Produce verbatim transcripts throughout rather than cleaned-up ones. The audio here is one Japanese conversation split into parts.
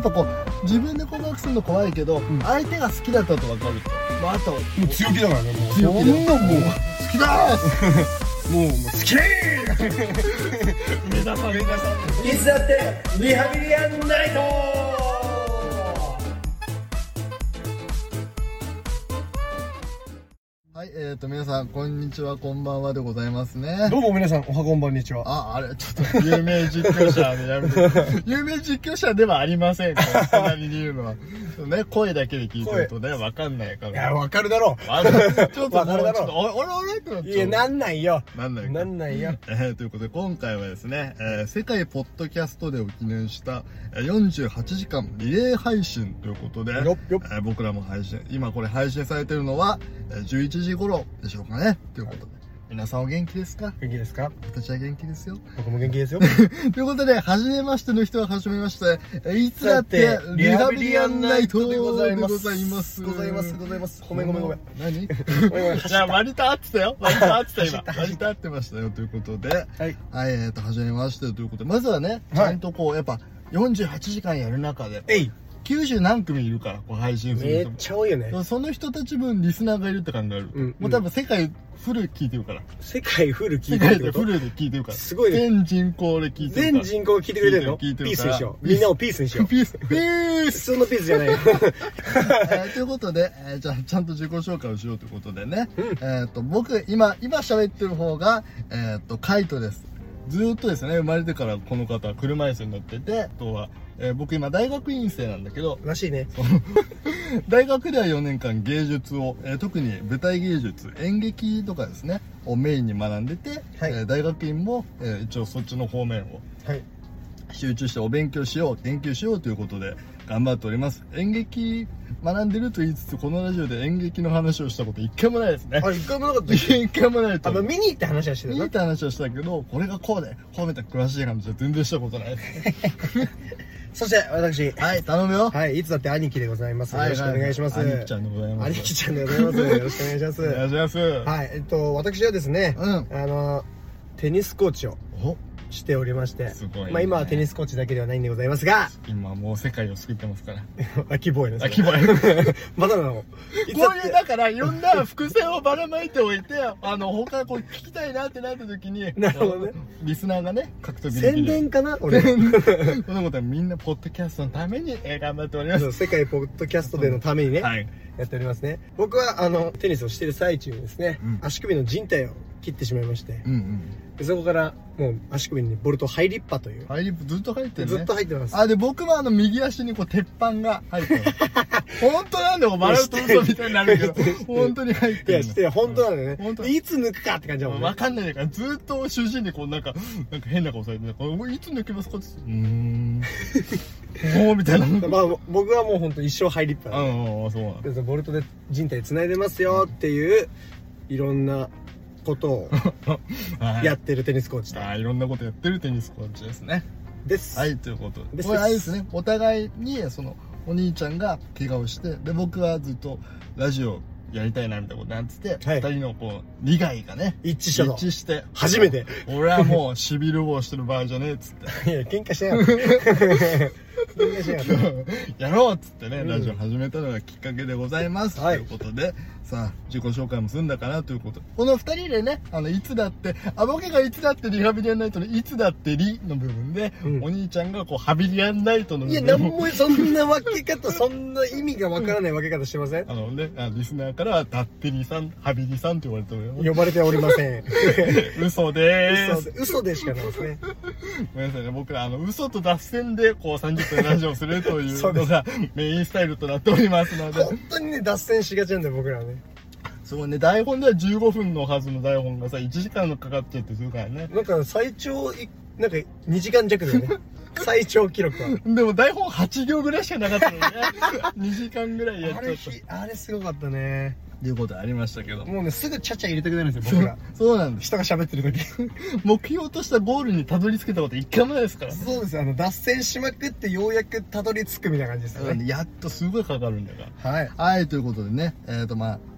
ぱこう自分で告白するの怖いけど、うん、相手が好きだったと分かると、まあ、あともう強気だからね、もう強気だよ、もう好きだーもうもう好き梅田さん、梅田さん、いつだってリハビリアンナイト。 はい、えーと皆さんこんにちは、こんばんはでございますね。 どうも皆さん、おはこんばんにちは。 あ、あれちょっと有名実況者ね、やめて有名実況者ではありません、そんなに言うのはね、声だけで聞いてるとね、わかんないから。 いや、わかるだろう。 ちょっとわかるだろう。あれあれってなっちゃう。 いや、なんないよ。 なんないなんないよ。 えー、ということで今回はですね、えー、世界ポッドキャストデーを記念したよんじゅうはちじかんリレー配信ということで、 よっよっえー、僕らも配信、今これ配信されてるのはじゅういちじ頃でしょうかね、ということで、皆さんお元気ですか？ 元気ですか？ 私は元気ですよ。 僕も元気ですよ。 ということで、初めましての人は初めまして、いつだってリハビリアンナイトでございます。 ございます。ございます。ございます。ごめんごめんごめん。 何？じゃあ割と合ってたよ。割と合ってた今。割と合ってましたよということで、はい。はい、えっと初めましてということで、まずはね、ちゃんとこうやっぱよんじゅうはちじかんやる中で。えい。きゅうじゅうなんくみいるから、こう配信する人も。 めっちゃ多いよね。 その人たち分リスナーがいるって考えると、うん、もう多分世界フル聞いてるから。 世界フル聞いてる。 世界でフルで聞いてるから。 すごいね。 全人口で聞いてるから。 全人口が聞いてくれてるの？聞いてる。ピースにしよう。みんなをピースにしよう。 ピース。ピース。 普通のピースじゃないよ。 えー、ということで、えー、じゃあちゃんと自己紹介をしようということでね。うん、えっと、僕、今、今喋ってる方が、えっと、カイトです。ずーっとですね、生まれてからこの方は車椅子に乗ってて、あとは、えー、僕今大学院生なんだけど、 らしいね。 大学ではよねんかん芸術を、えー、特に舞台芸術、演劇とかですね、をメインに学んでて、はい、えー、大学院も、えー、一応そっちの方面を集中してお勉強しよう、研究しようということで頑張っております。演劇学んでると言いつつ、このラジオで演劇の話をしたこと一回もないですね。 あ、一回もなかった。 一回もないと。 あ、まあ、見に行って話はしてた。 見に行って話はしたけど、これがこうで、こうめた詳しい話は全然したことないです。 そして私、 はい、頼むよ。 はい、いつだって兄貴でございます。よろしくお願いします。 兄貴ちゃんでございます。 兄貴ちゃんでございます。よろしくお願いします。 お願いします。 はい、えっと私はですね、 うん、 あのテニスコーチをしておりまして、すごいね、まあ今はテニスコーチだけではないんでございますが、 今もう世界を救ってますから。 秋ボーイです。 秋ボーイ。 まだなの。こういうだからいろんな伏線をばらまいておいて、あの他こう聞きたいなってなった時に、 なるほどね。 リスナーがね獲得できる。 宣伝かな？俺。 そのことはみんなポッドキャストのために頑張っております。 世界ポッドキャストでのためにね。 はい。 やっておりますね。僕はあのテニスをしている最中にですね、うん、足首の靭帯を切ってしまいまして、うんうん、でそこからもう足首にボルトハイリッパというハイリッパずっと入ってるね。 ずっと入ってます。 あ、で僕もあの右足にこう鉄板が入ってる。本当なんだよ、笑うと嘘みたいになるけど本当に入ってる。 いやして本当なんだよね。いつ抜くかって感じだもんね。 分かんないからずっと主人にこうなんかなんか変な顔されて、これいつ抜けますかって。うーん。もうみたいな。 まあ僕はもう本当一生ハイリッパー。うん、そうなんです。ボルトで靭帯繋いでますよっていういろんなことをやってるテニスコーチだ。あ、いろんなことやってるテニスコーチですね。 です。 はい、ということで。これあれですね。お互いにそのお兄ちゃんが怪我をして、で僕はずっとラジオやりたいなみたいなことなんつって、はい、ふたりのこう利害がね一致したの。 一致して初めて。 俺はもうシビル王してる場合じゃねえっつって。 いや喧嘩してやる。 やろうっつってね、うん、ラジオ始めたのがきっかけでございます、はい、ということでさあ自己紹介も済んだかなということで、このふたりでね、あのいつだってあ僕がいつだってリハビリアンナイトのいつだってリの部分で、うん、お兄ちゃんがこうハビリアンナイトの部分。 いや、なんもそんな分け方そんな意味がわからない分け方してません？ あのね、あリスナーからはだってりさん、ハビリさんって呼ばれてるよ。 呼ばれておりません。 嘘でーす。 嘘で、嘘でしかないですね。 ごめんなさいね、僕らあの嘘と脱線でこうさんじゅっぷんラジオするというのがメインスタイルとなっておりますので。 本当にね、脱線しがちなんだよ僕らはね。 そうね、台本ではじゅうごふんのはずの台本がさいちじかんのかかっちゃってするからね。 なんか最長なんかにじかん弱だよね。最長記録は。 でも台本はちぎょうぐらいしかなかったのにね。にじかんぐらいやっちゃった。あれ、あれすごかったね。 っていうことありましたけど、 もうねすぐちゃちゃ入れたくなるんですよ僕ら。 そうなんです。 人が喋ってる時目標としたゴールにたどり着けたこと一回もないですから。 そうです。あの脱線しまくってようやくたどり着くみたいな感じですよね。 やっとすごいかかるんだから。 はい、 はい、ということでね、えっとまあ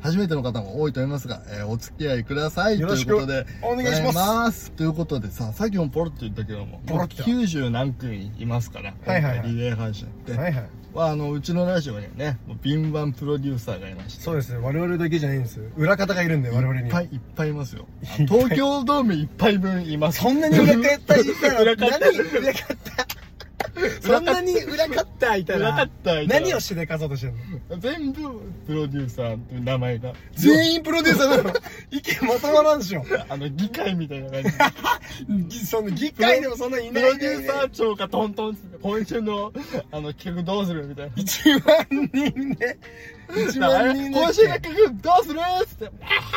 初めての方も多いと思いますが、えー、お付き合いください。 よろしくということでお願いします。 ます。ということでさ、さっきもポロッと言ったけども、きゅうじゅう何組いますから、 はいはいはい、 リレー配信って。 はいはい。 あのうちのラジオにはね、敏腕プロデューサーがいまして。 そうですね、我々だけじゃないんです。裏方がいるんで、我々に。 いっぱいいっぱいいますよ。東京ドームいっぱい分います。 そんなに裏方いたら、裏方何裏方そんなに裏カッターいたら何をしでかそうとしてんの？全部プロデューサーという名前が全員プロデューサーなの？意見まとまらんでしょ。 あの議会みたいな感じその議会でもそんないない、 ね、プロデューサー長がトントン今週のあの企画どうするみたいな。 いちまん人でいちまん人で今週の企画どうするっつって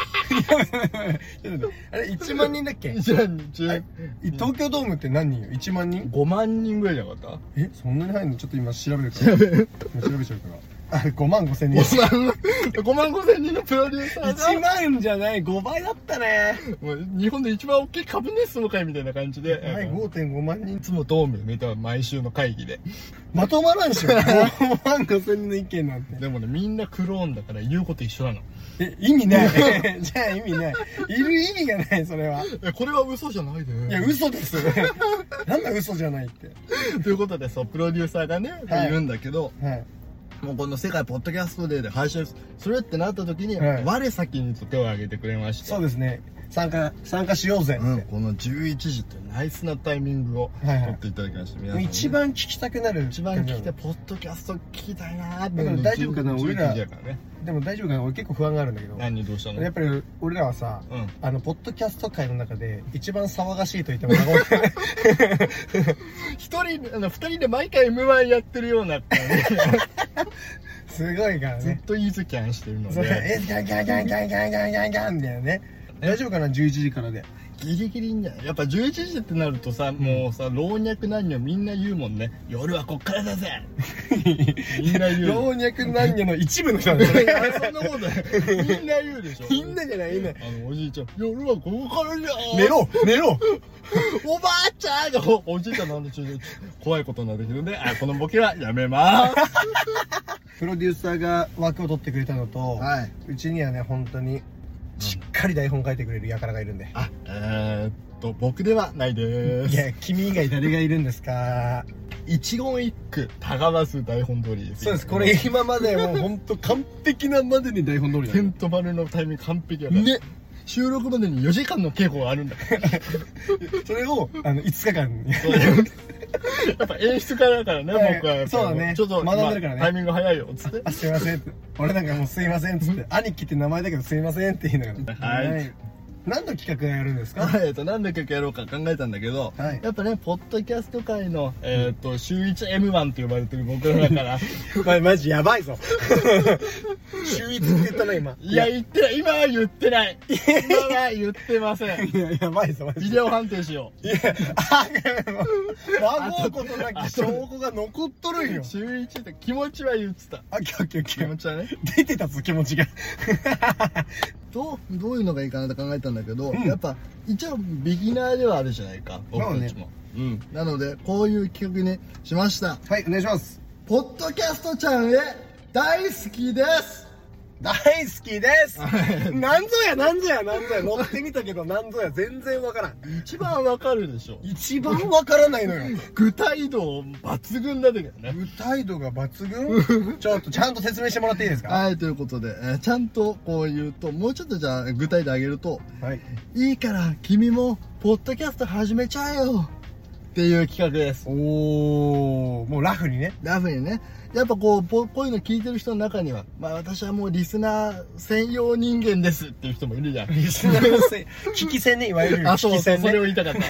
あれいちまん人だっけ？ いちまん人。 東京ドームって何人よ？いちまん人？ ごまん人ぐらいじゃなかった？ え、そんなに入るの？ちょっと今調べるから。調べる調べちゃうから。あ、ごまんごせんにん。 ごまんごせんにんのプロデューサーが。 いちまんじゃない、ごばいだったね。 もう日本で一番大きい株主総会みたいな感じで。 はい、ごてんごまん人。 いつもドーム見た毎週の会議で。 まとまらんしょ。ごまんごせんにんの意見なんて。 でもね、みんなクローンだから言うこと一緒なの。 え、意味ない。じゃあ意味ない。いる意味がない、それは。 え、これは嘘じゃないで。 いや、嘘です。なんだ嘘じゃないって。 ということで、そう、プロデューサーがね、はい、いるんだけど、はい、もうこの世界ポッドキャストデーで配信するってなった時に、はい、我先に手を挙げてくれまして。 そうですね。参加、参加しようぜって、うん、 このじゅういちじってナイスなタイミングを取っていただきました。はいはい、 皆さん、ね、一番聞きたくなる。 一番聞きたい、ポッドキャスト聞きたいなーって。 でも大丈夫かな、俺ら。でも大丈夫かな、俺結構不安があるんだけど。 何どうしたの？ やっぱり俺らはさ、うん、あのポッドキャスト界の中で一番騒がしいと言っても過言で一人あの二人で毎回 エムワン やってるようなすごいからね。 ずっとイーズキャンしてるので、 えガンガンガンガンガンガンガンガンみたいなね。大丈夫かな、じゅういちじからで。 ギリギリいいんじゃない？やっぱじゅういちじってなるとさ、もうさ、老若男女みんな言うもんね。夜はこっからだぜみんな言う。 老若男女の一部の人なんだよね。 そんなことない。みんな言うでしょ。 みんなじゃない、みんな。 あの、おじいちゃん、夜はここからじゃー。 寝ろ寝ろおばあちゃんが、お、おじいちゃんなんでちょっと怖いことになってきるんで、あ、このボケはやめまーす。 プロデューサーが枠を取ってくれたのと、はい、うちにはね、本当に、しっかり台本書いてくれる輩がいるんで。 あ、えー、っと、僕ではないでーす。 いや、君以外誰がいるんですか？ 一言一句、たがわす台本通りです。 そうです。これ今までもうほんと完璧なまでに台本通りだ。 テントバルのタイミング完璧やから。ね。収録までによじかんの稽古があるんだそれを、あの、いつかかんに。 やっぱ演出家だからね、僕は。 そうだね。 ちょっと、 学んでるからね。 タイミング早いよ、つって。 あ、すいませんって。俺なんかもうすいません、つって。兄貴って名前だけどすいませんって言いながら。はい。何の企画やるんですか？ はい、えっと、何の企画やろうか考えたんだけど、はい、やっぱね、ポッドキャスト界の、えっと、週一 エムワン と呼ばれてる僕らだから。 これマジやばいぞ。週一って言ったな、今。 いや、言ってない。今は言ってない。今は言ってません。 いや、やばいぞ、マジで。 ビデオ判定しよう。いや、 あ、孫うことなき証拠が残っとるんよ。 週一って気持ちは言ってた。 あ、オッケーオッケー。 気持ちはね。 出てたぞ、気持ちが。 どう、どういうのがいいかなと考えたんだけど、うん、やっぱ、一応ビギナーではあるじゃないか、僕たちも。ね、うん。なので、こういう企画にしました。 はい、お願いします。 ポッドキャストちゃんへ、大好きです大好きですなんぞやなんぞやなんぞや乗ってみたけどなんぞや全然わからん。 一番わかるでしょ。 一番わからないのよ。 具体度抜群だけどね。 具体度が抜群ちょっとちゃんと説明してもらっていいですか？ はい、ということで、えー、ちゃんとこう言うと、もうちょっとじゃあ具体であげると、はい、いいから君もポッドキャスト始めちゃえよっていう企画です。 おー、もうラフにね。 ラフにね。やっぱこう、こういうの聞いてる人の中には、まあ私はもうリスナー専用人間ですっていう人もいるじゃん。 リスナー専、聞き戦ね、いわゆる。 あ、そうそう、それを言いたかった。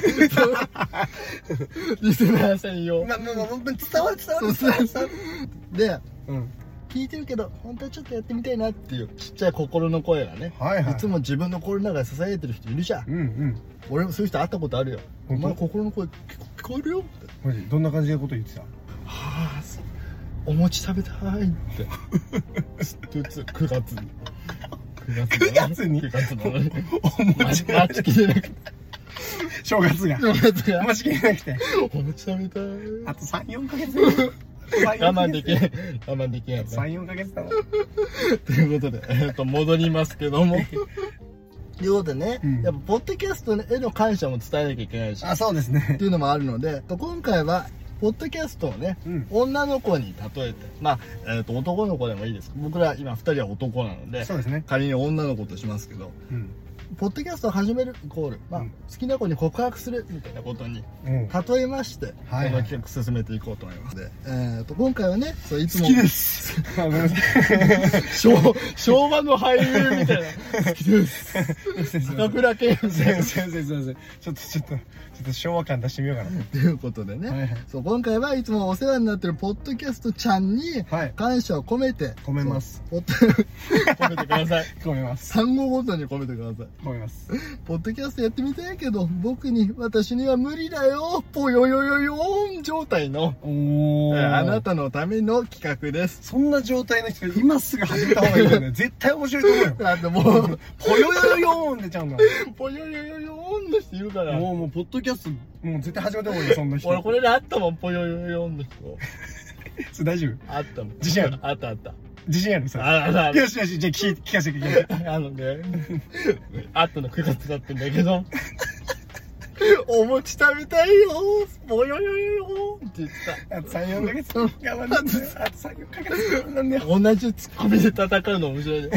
リスナー専用。 まあ、まあ、まあ、伝わる伝わる伝わる伝わる。 で、うん。聞いてるけど、本当はちょっとやってみたいなっていうちっちゃい心の声がね。はいはい。いつも自分の心の中で支えてる人いるじゃん。うんうん。俺もそういう人会ったことあるよ。お前心の声聞こえるよって。 マジどんな感じのこと言ってた？ はぁ、お餅食べたいってくがつにくがつにくがつのお餅待ちきれなくて正月が正月が待ちきれなくてお餅食べたいあとさん、よんかげつ我慢できない我慢できない、ね、 さん、よんかげつだもんということで、えー、と戻りますけどもということでね、うん、やっぱポッドキャストへの感謝も伝えなきゃいけないし、 あ、そうですねっていうのもあるので、今回はポッドキャストをね、うん、女の子に例えて、まあ、えー、と男の子でもいいです。僕ら今ふたりは男なので、そうですね、仮に女の子としますけど、うん、ポッドキャストを始めるイコール、まあ、うん、好きな子に告白するみたいなことに例えまして、うん、この企画進めていこうと思います。で、えー、と今回はね、そういつも好きです昭, 昭和の俳優みたいな好きです高倉健先生、すいません、ちょっとちょっとちょっと昭和感出してみようかなということでね、はいはい、そう今回はいつもお世話になってるポッドキャストちゃんに感謝を込めて、はい、 込めます込めてください込めます。 単語ごとに込めてください。 込めます。 ポッドキャストやってみたいけど僕に私には無理だよぽよよよよーん状態のおあなたのための企画です。 そんな状態の人今すぐ始めた方がいいよね絶対面白いと思うよ。 だってもうぽよよよよーん出ちゃうんだぽよよよよーんの人いるから、 もうもうポッドキャストもう絶対始めた方がいいよそんな人。 俺これであったもん、ぽよよよーんの人それ大丈夫？ あったもん。 自信ある？ あったあった。 自信ある？それあああよしよし、じゃあ聞かせて聞かせてあのねあったのくがつだってんだけどお餅食べたいよぽよよよよって言ってた。あとさん、よんかげつ我慢なんだよ。あとさん、よんかげつなんだよ。 同じツッコミで戦うの面白いね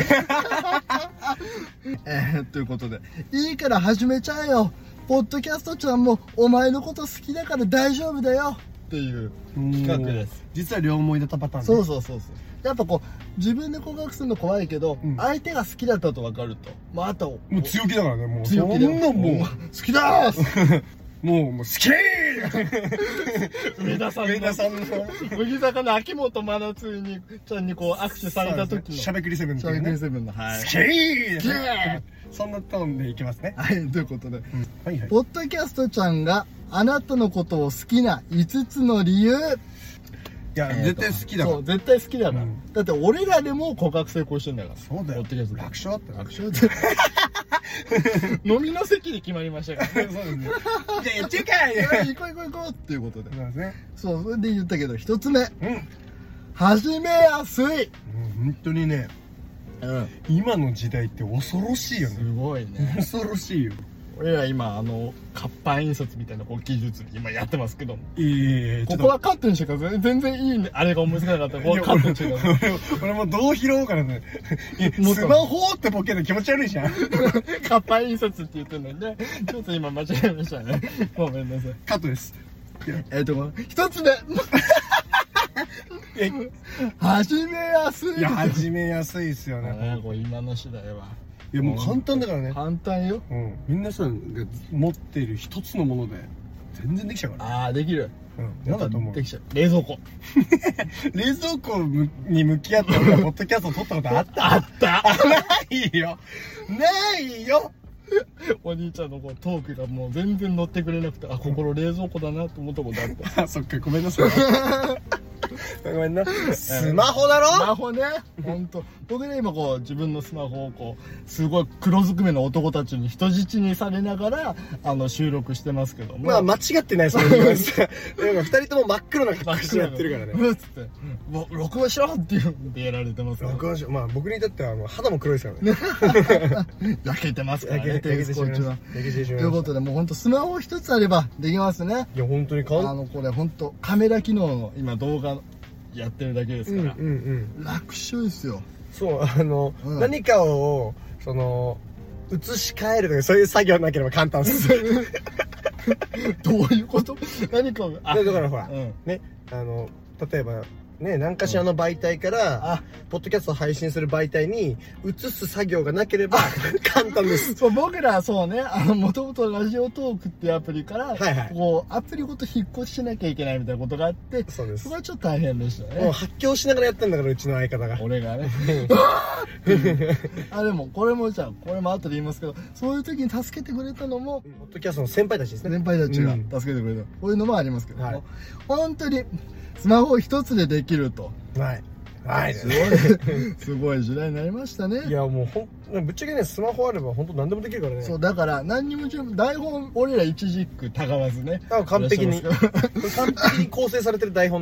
えー、ということでいいから始めちゃえよポッドキャストちゃんもお前のこと好きだから大丈夫だよっていう企画です。 実は両思いだったパターン、ね、 そうそうそうそう。やっぱこう自分で告白するの怖いけど、うん、相手が好きだったと分かると、まあ、あともう強気だからね。もう強気だよ。そんなもう好きだーもうもう好き上田さんの上田さんの乃木坂の秋元真夏にちゃんにこう握手された時のしゃべくりセブンの、 ね、しゃべくりセブンの、はい、 好きーそんなトーンでいきますね。 はい、ということで、うんはいはい、 ポッドキャストちゃんがあなたのことを好きないつつの理由。 いや、えー、絶対好きだから。 そう、絶対好きだから、うん、だって俺らでも告白成功してんだから。 そうだよ。楽勝って楽勝って飲みの席で決まりましたからそうですね。じゃあやっちゃうかい行こう行こう行こうっていうことで。 そうですね。 そう、それで言ったけど一つ目、うん、始めやすい。 うん、本当にね、うん、今の時代って恐ろしいよね。 すごいね。 恐ろしいよ。 俺ら今あの活版印刷みたいなこう技術今やってますけども、 ええ、 ここはカットにしてから全然いいね。あれが思いつかなかったらここはカットにしてから俺もどう拾おうからねスマホってボケで気持ち悪いじゃん活版印刷って言ってるのにね、ちょっと今間違えましたねごめんなさい。 カットです。 えっと一つ目始めやすい。 いや、始めやすいですよね。 これ今の時代は。 いや、もう簡単だからね。 簡単よ。 うん。皆さんが持っている一つのもので全然できちゃうから。 ああ、できる。 うん。なんだと思う。 できちゃう。冷蔵庫。 冷蔵庫に向き合って俺がポッドキャストを撮ったことあったあったないよ。ないよ。 お兄ちゃんのこうトークがもう全然乗ってくれなくて、あ、心冷蔵庫だなと思ったことあった。 あ、そっか、ごめんなさい。ごめんな。スマホだろ。 スマホね。本当。僕ね今こう自分のスマホをこうすごい黒ずくめの男たちに人質にされながらあの収録してますけども。 まあ間違ってないそう言います。でも二人とも真っ黒な格好してやってるからね。 うっつってもう録音しろって言うんでやられてます。 録音しろ。まあ僕にとってはもう肌も黒いですからね。焼けてますからね。 焼けてしまいました。 ということでもう本当スマホ一つあればできますね。 いや本当に簡単。 あのこれ本当カメラ機能の今動画やってるだけですから、うんうんうん、楽勝ですよ。 そうあの、うん、何かをその移し替えるとかそういう作業なければ簡単です。 どういうこと？何かをあだからほら、うん、ねあの例えばね何かしらの媒体から、うん、ポッドキャストを配信する媒体に移す作業がなければ簡単です。 そう僕らはそうねあのもともとラジオトークっていうアプリから、はいはい、こうアプリごと引っ越ししなきゃいけないみたいなことがあってそうです。それはちょっと大変でしたね。 もう発狂しながらやったんだからうちの相方が俺がねあでもこれもじゃあこれも後で言いますけどそういう時に助けてくれたのもポッドキャストの先輩たちですね。 先輩たちが助けてくれた、うん、こういうのもありますけど、はい、本当にスマホ一つでできると。 はいはい、 すごいすごい時代になりましたね。 いやもうほんぶっちゃけねスマホあれば本当何でもできるからね。 そうだから何にも台本俺ら一軸たがわずね完璧に完璧に構成されてる台本なんで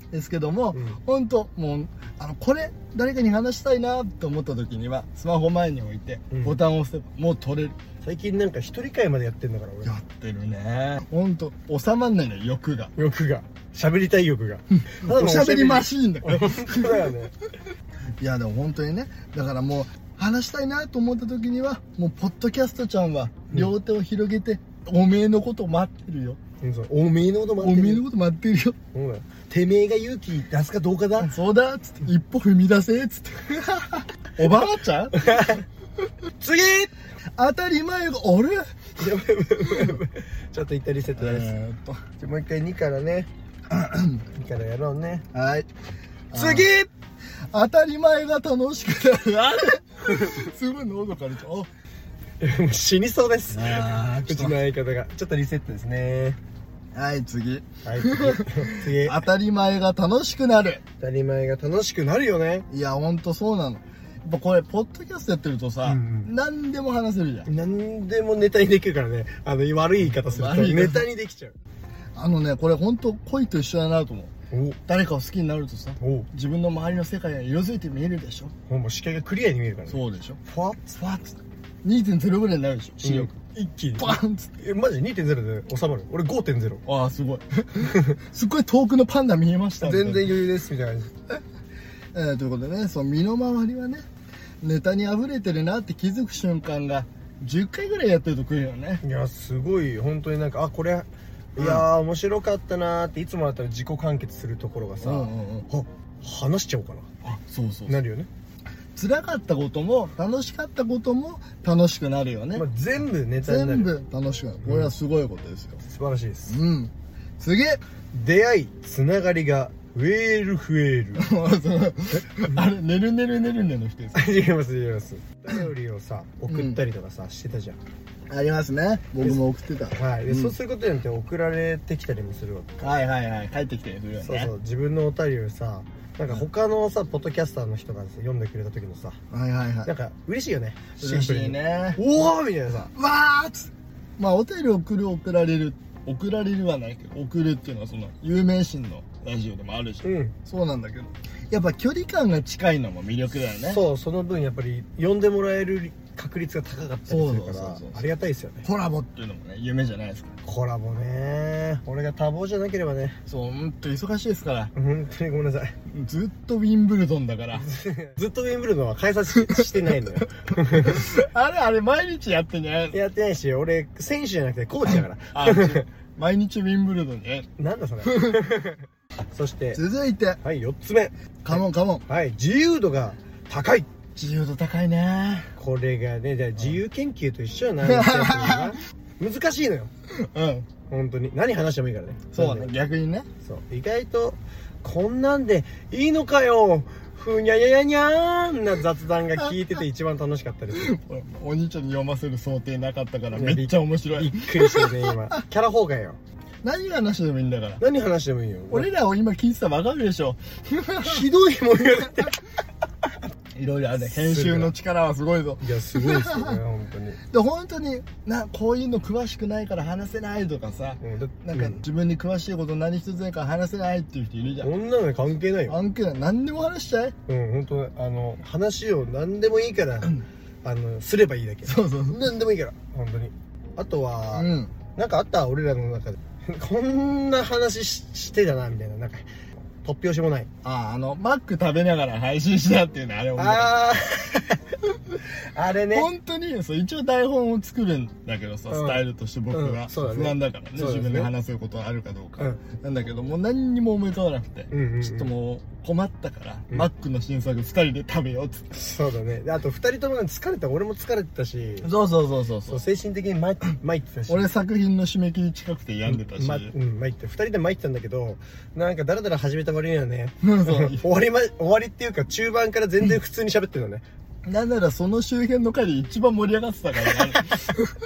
ですけども、 うん、 ほんともうあのこれ誰かに話したいなと思った時にはスマホ前に置いてボタンを押せばもう撮れる、 うん、最近なんか一人会までやってんだから俺やってるね。ほんと収まんないのよ、欲が欲が喋りたい欲がおしゃべりマシーンだから本当だよねいやでも本当にね、だからもう話したいなと思った時にはもうポッドキャストちゃんは両手を広げて、うん、おめえのこと待ってるよ。 おめえのこと待ってるよ。 おめえのこと待ってるよ。 うん、てめえが勇気出すかどうかだ。 そうだっつって一歩踏み出せっつっておばあちゃん次当たり前があれちょっと一旦リセットです。えー、っとじゃもう一回にからねにからやろうね。 はい、 次当たり前が楽しくなる。あれすごい喉かれちゃう。 もう死にそうです。うちの相方がちょっとリセットですね。 はい次。 はい次次当たり前が楽しくなる。 当たり前が楽しくなるよね。 いやほんとそうなの。やっぱこれポッドキャストやってるとさ、うんうん、何でも話せるじゃん。 何でもネタにできるからね。あの悪い言い方するとネタにできちゃう。 あのねこれほんと恋と一緒だなと思う。誰かを好きになるとさ、自分の周りの世界が色づいて見えるでしょ。 もう視界がクリアに見えるからね。 そうでしょ。 フワッフワッつってにてんゼロ ぐらいになるでしょ、視力、 うん、一気にバーンっつって。 えマジ にてんゼロ で収まる。俺 ごてんゼロ。 ああすごいすっごい遠くのパンダ見えました全然余裕ですみたいな感じえー、ということでね、その身の回りはねネタに溢れてるなって気づく瞬間がじゅっかいぐらいやってると来るよね。 いやすごい本当になんかあこれいやー面白かったなーっていつもだったら自己完結するところがさ、うんうんうん、あ話しちゃおうかな、 あそうそうそうなるよね。 辛かったことも楽しかったことも楽しくなるよね、 まあ、全部ネタになる。 全部楽しくなる。これはすごいことですよ、 うん、素晴らしいです。 うん次出会いつながりが増える増えるあれねるねるねるねの人です違います違います。便りをさ送ったりとかさ、うん、してたじゃん。 ありますね。僕も送ってた。 はい。で、うん、そうすることによって送られてきたりもするわけ。 はいはいはい。帰ってきたりするよね。 そうそう。自分のお便りをさ、なんか他のさ、ポッドキャスターの人が読んでくれた時のさ、 はいはいはい。 なんか嬉しいよね。 嬉しいね。 おーみたいなさ。 わーっつって。まあお便り送る送られる。送られるはないけど、送るっていうのはその有名人のラジオでもあるし、うん、そうなんだけど、やっぱ距離感が近いのも魅力だよね。 そう、その分やっぱり呼んでもらえる確率が高かったりするからありがたいですよね。 コラボっていうのもね夢じゃないですか。 コラボね、俺が多忙じゃなければね。 そう、ほんと忙しいですから。 本当にごめんなさい。 ずっとウィンブルドンだからずっとウィンブルドンは開催 し, してないのよあれあれ毎日やってんじゃないの？ やってないし、俺選手じゃなくてコーチだからあ毎日ウィンブルドンね。 なんだそれそして続いてはいよっつめ、 カモンカモン。 はい、自由度が高い。 自由度高いね。 これがね、じゃ自由研究と一緒やな難しいのよ。うん本当に何話してもいいからね。 そうね、逆にね。 そう意外とこんなんでいいのかよふにゃややにゃーんな雑談が聞いてて一番楽しかったですお兄ちゃんに読ませる想定なかったからめっちゃ面白い。 びっくりしてるね今キャラ崩壊よ。 何話してもいいんだから。 何話してもいいよ。 俺らを今聞いてたら分かるでしょひどいもん言われていろいろあるね。編集の力はすごいぞ。 いやすごいですよね本当に。 で本当になこういうの詳しくないから話せないとかさ、うん、なんか、うん、自分に詳しいこと何一つないから話せないっていう人いるじゃん。 そんなの関係ないよ。 関係ない。何でも話しちゃえ。 うん本当あの話を何でもいいからあのすればいいだけ。 そうそうそう。 何でもいいから本当に。あとは、うん、なんかあった俺らの中でこんな話 し, してたなみたいな、なんか突拍子もない。 ああ、あのマック食べながら配信したっていうのあれ思う。 あああれね。 本当にそう一応台本を作るんだけどさ、うん、スタイルとして僕が、うんそうだね、不安だからね、自分で話せることあるかどうか、うん、なんだけどもう何にも思い浮かばなくて、うんうんうん、ちょっともう困ったから、うん、マックの新作ふたりで食べようっつって。 そうだね。あとふたりとも疲れた。俺も疲れてたし、 そうそうそうそうそう精神的に参ってたし、 俺作品の締め切り近くて病んでたし、 ま、うん参ってふたりで参ってたんだけど、なんかダラダラ始めた割にはね終わり、ま、終わりっていうか中盤から全然普通に喋ってるのねなんならその周辺の回で一番盛り上がってたからね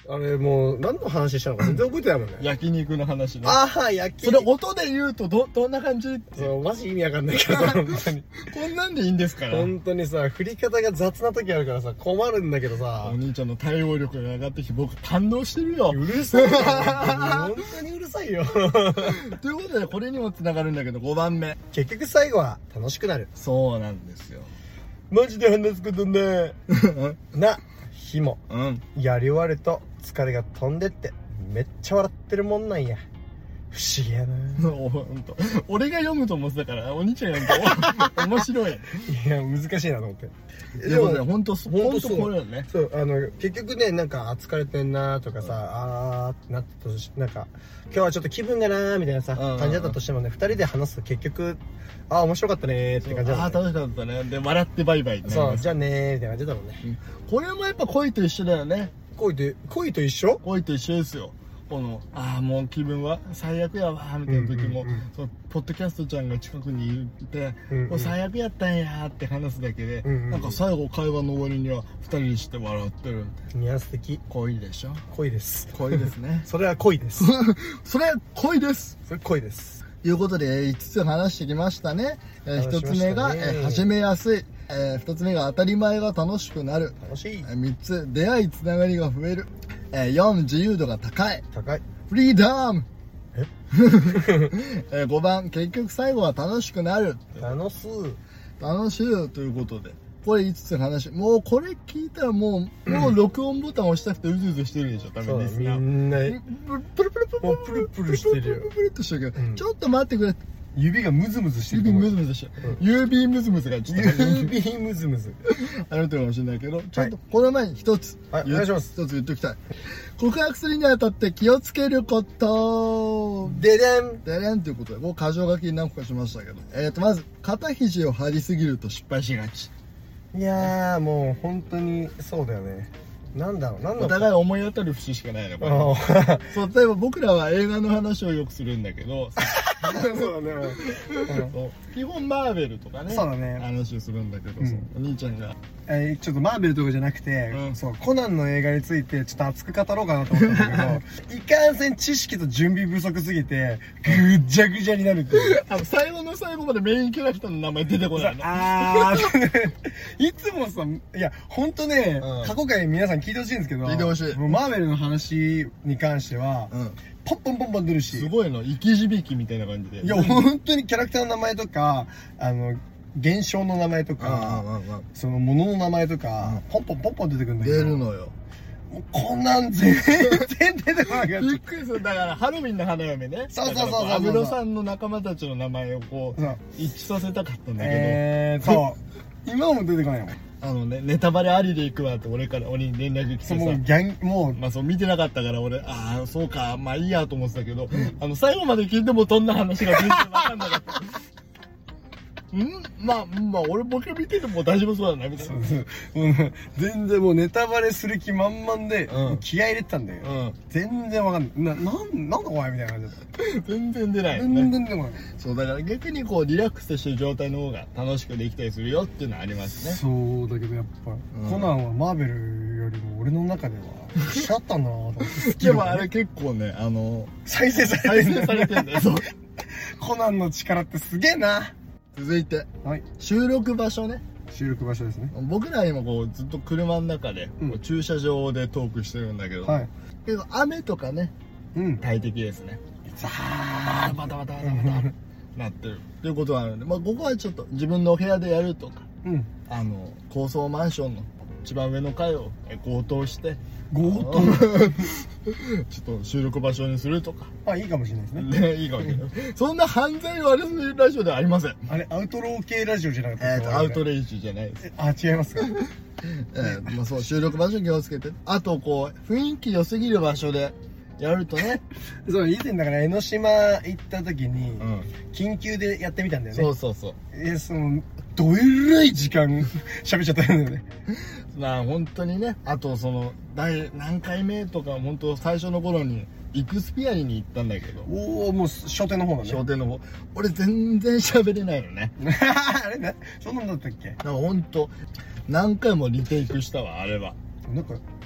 あれもう何の話したのか全然覚えてないもんね。 焼肉の話ね。 ああ、焼それ音で言うとどどんな感じって。 そうマジ意味わかんないけど本当にこんなんでいいんですから。 本当にさ、振り方が雑な時あるからさ困るんだけどさ、 お兄ちゃんの対応力が上がってきて僕感動してるよ。 うるさいよ本当にうるさいよということでこれにもつながるんだけどごばんめ、 結局最後は楽しくなる。 そうなんですよ。 マジで話すことねな日も、 うん、 やり終わると疲れが飛んでってめっちゃ笑ってるもんなんや。不思議やな。 ほんと俺が読むと思ってたからお兄ちゃん読むと面白い。 いや難しいなと思って。 でもね、ほんとほんとこれよね。 そう、あの結局ね、なんか疲れてんなとかさ、あーってなったとし、なんか今日はちょっと気分がなーみたいなさ感じだったとしてもね、ふたりで話すと結局あー面白かったねーって感じだった、ね、 あー楽しかったね。で笑ってバイバイって。 そう、じゃあねーみたいな感じだもんね、うん、 これもやっぱ恋と一緒だよね。 恋と恋と一緒恋と一緒ですよ。このああもう気分は最悪やわみたいな時も、うんうんうん、そのポッドキャストちゃんが近くにいて、うんうん、もう最悪やったんやって話すだけで、うんうん、なんか最後会話の終わりにはふたりして笑ってるみたいな。 いや素敵。 恋でしょ。 恋です。 恋ですね。 それは恋ですそれは恋です。 それ恋です。 ということでいつつ話してきましたね。えー、ひとつめが、えー、始めやすい、えー、ふたつめが当たり前が楽しくなる、 楽しい、 えー、みっつ出会いつながりが増える、えー、よん自由度が高い高いフリーダムええー、ごばん結局最後は楽しくなる。 楽しい楽しいということでこれいつつの話、もうこれ聞いたらもう、うん、もう録音ボタン押したくてうずうずしてるでしょ多分リスナー。 みんなプルプルプルプルもうプルプルしてるよ。 プルプルっとしてるけど、うん、ちょっと待ってくれ。 指がムズムズしてる。 指ムズムズしてる、うん、指ムズムズがちょっと指ムズムズあるとかもしれないけど、ちょっとこの前に一つ、 はい、お願いします。 一つ言っておきたい。告白するにあたって気をつけることででんででんということで、もう箇条書きに何個かしましたけど、えーとまず肩肘を張りすぎると失敗しがち。 いやーもう本当にそうだよね。なんだろう、なんだろう、 お互い思い当たる節しかないのこれ。そう例えば僕らは映画の話をよくするんだけどそうだね、 うん、基本マーベルとかね、 そうだね話をするんだけど、うん、お兄ちゃんが、 えー、ちょっとマーベルとかじゃなくて、うん、そうコナンの映画についてちょっと熱く語ろうかなと思ったんだけどいかんせん知識と準備不足すぎてぐっちゃぐちゃになるっていうあの最後の最後までメインキャラクターの名前出てこないの。 あーいつもさ、いやほんとね、うん、過去回皆さん聞いてほしいんですけど、 聞いてほしい。 もうマーベルの話に関しては、うん、ポンポンポンポン出るし、 すごいの生き字引みたいな感じで、 いや本当にキャラクターの名前とかあの現象の名前とかそのものの名前とか、うん、ポンポンポンポン出てくるんだけど、 出るのよ。 もうこんなん全然出てこなかった。 びっくりする。だからハロウィンの花嫁ね、 そうそうそうそう、 安室さんの仲間たちの名前をこう一致させたかったんだけど、 えー、そう今も出てこないもん。 あのね、ネタバレありで行くわって俺から俺に連絡来てさ、 もうギャンもうまあそう見てなかったから俺、ああそうかまあいいやと思ってたけど、あの最後まで聞いてもどんな話が全然分かんなかったんまあまあ俺ボケ見てても大丈夫そうだなみたいな。 うん全然もうネタバレする気満々で、うん、気合い入れてたんだけど、うん、全然わかんない。な、なん、なんだお前みたいな感じだった。 全然出ないよね。 全然出ない。 そうだから逆にこうリラックスしてる状態の方が楽しくできたりするよっていうのはありますね。 そうだけどやっぱ、うん、コナンはマーベルよりも俺の中ではしちゃったなぁと思って。 でもあれ結構ね、あの再生されてんだよ。再生されてんだよ。そう。 コナンの力ってすげえな。 続いて、はい、収録場所ね。 収録場所ですね。 僕ら今こうずっと車の中で、うん、駐車場でトークしてるんだけど、はい、けど雨とかね、うん、大敵ですね。ザーバタバタバタバタなってるということなので、まあ、ここはちょっと自分のお部屋でやるとか、うん、あの高層マンションの一番上の階を強盗して強盗ちょっと収録場所にするとか、 あ、いいかもしれないですね。 ね、いいかもしれない。そんな犯罪をあれするラジオではありません。 あれアウトロー系ラジオじゃなかったえっとアウトレイジじゃないです。 あ、違いますか。 えー、まあそう収録場所に気をつけて、あとこう雰囲気良すぎる場所でやるとねそう以前だから江ノ島行った時に、うん、緊急でやってみたんだよね。 そうそうそう。 えそのどえらい時間喋っちゃったんだよね。 まあ本当にね、あとその第何回目とか本当最初の頃にイクスピアリに行ったんだけど、 おおもう商店の方だね。 商店の方、俺全然喋れないのね。 あれね、そんなんだったっけ。 だから本当何回もリテイクしたわあれは。 なんか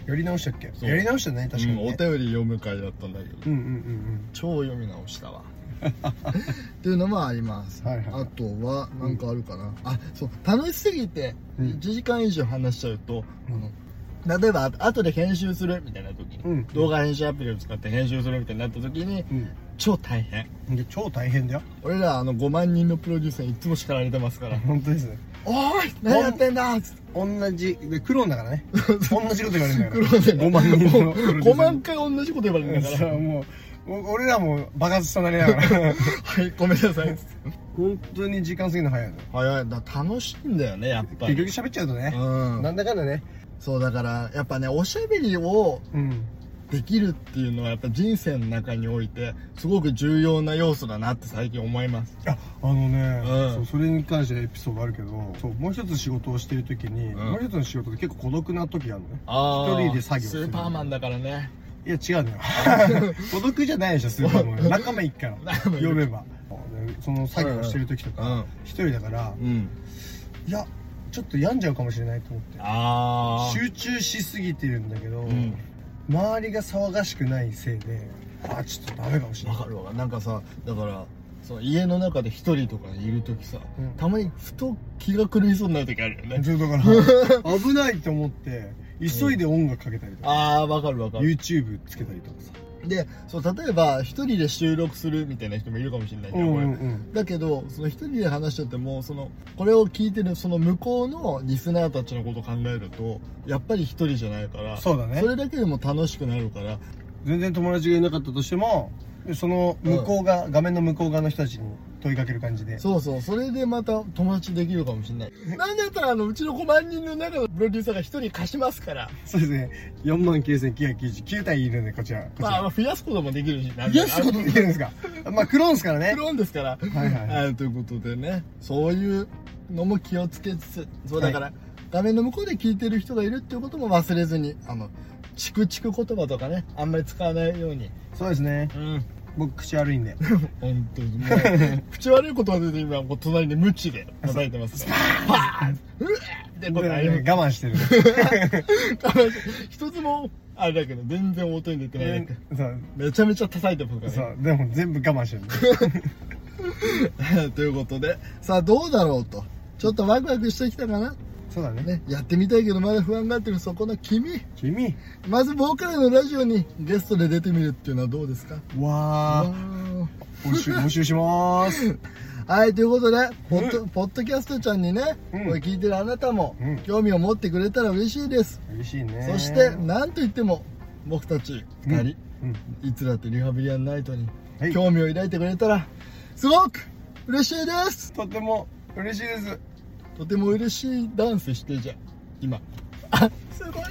やり直したっけ？やり直したね、確かに、ね、 うん、お便り読む回だったんだけど、 うんうんうんうん、 超読み直したわっていうのもあります、はいはい、あとは何かあるかな、うん、あ、そう、楽しすぎていちじかん以上話しちゃうと、うん、あの例えば後で編集するみたいな時に、うん、動画編集アプリを使って編集するみたいになった時に、うん、超大変で超大変だよ。 俺らあのごまんにんのプロデューサーにいつも叱られてますから本当ですね。 おーい何やってんだっつって同じでクローンだからね同じこと言われるんだからクローンでごまんにんのごまんかい同じこと言われるんだからもう俺らも爆発したなりながらはいごめんなさい本当に時間過ぎるの早いの早いだ、楽しいんだよねやっぱり。 結局喋っちゃうとね、うん、なんだかんだね。 そうだからやっぱね、おしゃべりをできるっていうのはやっぱ人生の中においてすごく重要な要素だなって最近思います。 あ、あのね、うん、そうそれに関してエピソードあるけど、そうもう一つ仕事をしてる時に、うん、もう一つの仕事で結構孤独な時があるのね。一人で作業する。 スーパーマンだからね。 いや違うのよ孤独じゃないでしょスーパーマン仲間いっから呼べばその作業してる時とか一人だから、うん、いやちょっと病んじゃうかもしれないと思って、あ集中しすぎてるんだけど、うん、周りが騒がしくないせいで、あちょっとダメかもしれない。 わかるわ。なんかさ、だからその家の中で一人とかいる時さ、うん、たまにふと気が狂いそうになる時あるよね。 だから危ないと思って急いで音楽かけたりとか、うん、 ああわかるわかる。 YouTube つけたりとかさ。 で、そう例えば一人で収録するみたいな人もいるかもしれないけど、うんうんうん、だけどその一人で話しちゃってもそのこれを聞いてるその向こうのリスナーたちのことを考えるとやっぱり一人じゃないから、 そうだね、 それだけでも楽しくなるから。 全然友達がいなかったとしてもその向こうが、うん、画面の向こう側の人たちに問いかける感じで、 そうそう、それでまた友達できるかもしれないなんだったらあのうちのごまんにんの中のプロデューサーがひとり貸しますから。 そうですね、よんまんきゅうせんきゅうひゃくきゅうじゅうきゅうたいいるんで、こちらこちら、 まあ、増やすこともできるし、増やすこともできるんですかまあクローンですからね。 クローンですからはいはい、はい、ということでね、そういうのも気をつけつつ、そうだから、はい、画面の向こうで聞いてる人がいるっていうことも忘れずに、あのチクチク言葉とかね、あんまり使わないように。 そうですね、うん、僕口悪いんで本当にもう口悪い言葉で今もう隣で無知で叩いてますからうえって我慢してる我慢して一つもあれだけど全然音に出てないだけ、めちゃめちゃ叩いてますからね。 そうでも全部我慢してるということでさあどうだろうと、ちょっとワクワクしてきたかな。 そうだ ね, ねやってみたいけどまだ不安がってるそこの君君まず僕らのラジオにゲストで出てみるっていうのはどうですか。 わー募集募集しますはいということでポッド、うん、ポッドキャストちゃんにね、うん、これ聞いてるあなたも、うん、興味を持ってくれたら嬉しいです。 嬉しいね。 そしてなんといっても僕たちふたり、うんうん、いつだってリハビリアンナイトに興味を抱いてくれたらすごく嬉しいです。 とても嬉しいです。 とても嬉しいダンスしてじゃん今。あ、すごい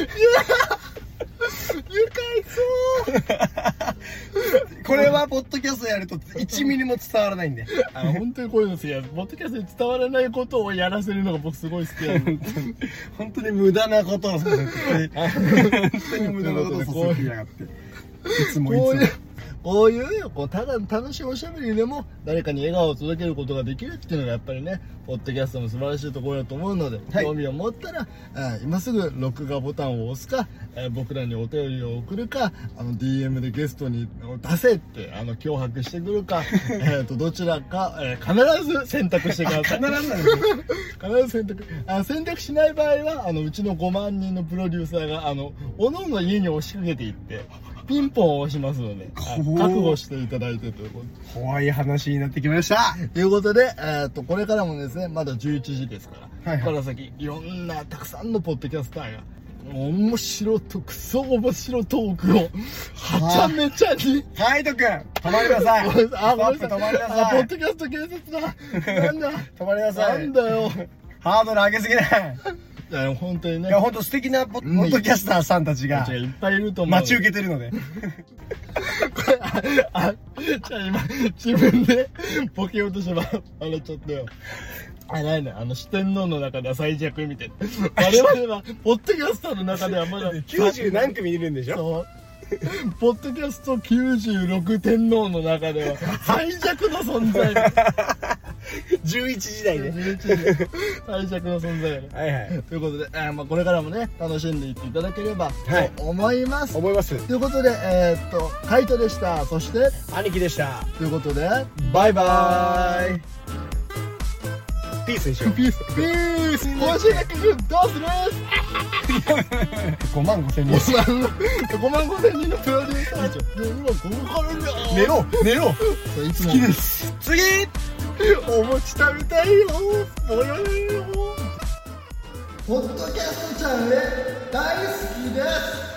愉快そうこれはポッドキャストやるといちミリも伝わらないんであ本当にこういうの好きや。ポッドキャストに伝わらないことをやらせるのが僕すごい好きや本当に無駄なことをさせて本当に無駄なことをさせてやがっていつもいつもこういうこうただ楽しいおしゃべりでも誰かに笑顔を届けることができるっていうのがやっぱりねポッドキャストの素晴らしいところだと思うので、はい、興味を持ったら今すぐ録画ボタンを押すか僕らにお便りを送るかあの ディーエム でゲストに出せってあの脅迫してくるかえとどちらか、えー、必ず選択してください必ずなんです必ず選択あ選択しない場合はあのうちのごまんにんのプロデューサーがあのおのおの家に押しかけていってピンポンを押しますので覚悟していただいてということ怖い話になってきましたということで、えー、とこれからもですねまだじゅういちじですから、はいはい、ここから先いろんなたくさんのポッドキャスターが面白とクソ面白トークをはちゃめちゃにカイトくん止まりなさいあごめんなさい止まりなさいポッドキャスト警察だなんだ止まりなさいなんだよハードル上げすぎないいや本当にねいや本当素敵なポッドキャスターさんたちがいっぱいいると思う待ち受けてるのでこれあじゃあ今自分でボケようとして笑っちゃったよ。あないねあの四天王の中では最弱みたいな我々はポッドキャスターの中ではまだきゅうじゅう何組いるんでしょ。 そうポッドキャストきゅうじゅうろく天皇の中では最弱の存在じゅういちじ台でじゅういちじ台最弱の存在やね。 はいはい。 ということで、えーまあ、これからもね楽しんでいっていただければはいと思います、 思います。 ということで、えー、っとカイトでした。そして兄貴でした。 ということでバイバーイ。ピースにしよう。 ピースピース今週の曲どうするごまんごせんにん。 ごまんごせんにんのプロデューサー今ここからじゃ寝ろ寝ろ。 いつも好きです。次お餅食べたいよおよよよポッドキャストチャンネル大好きです。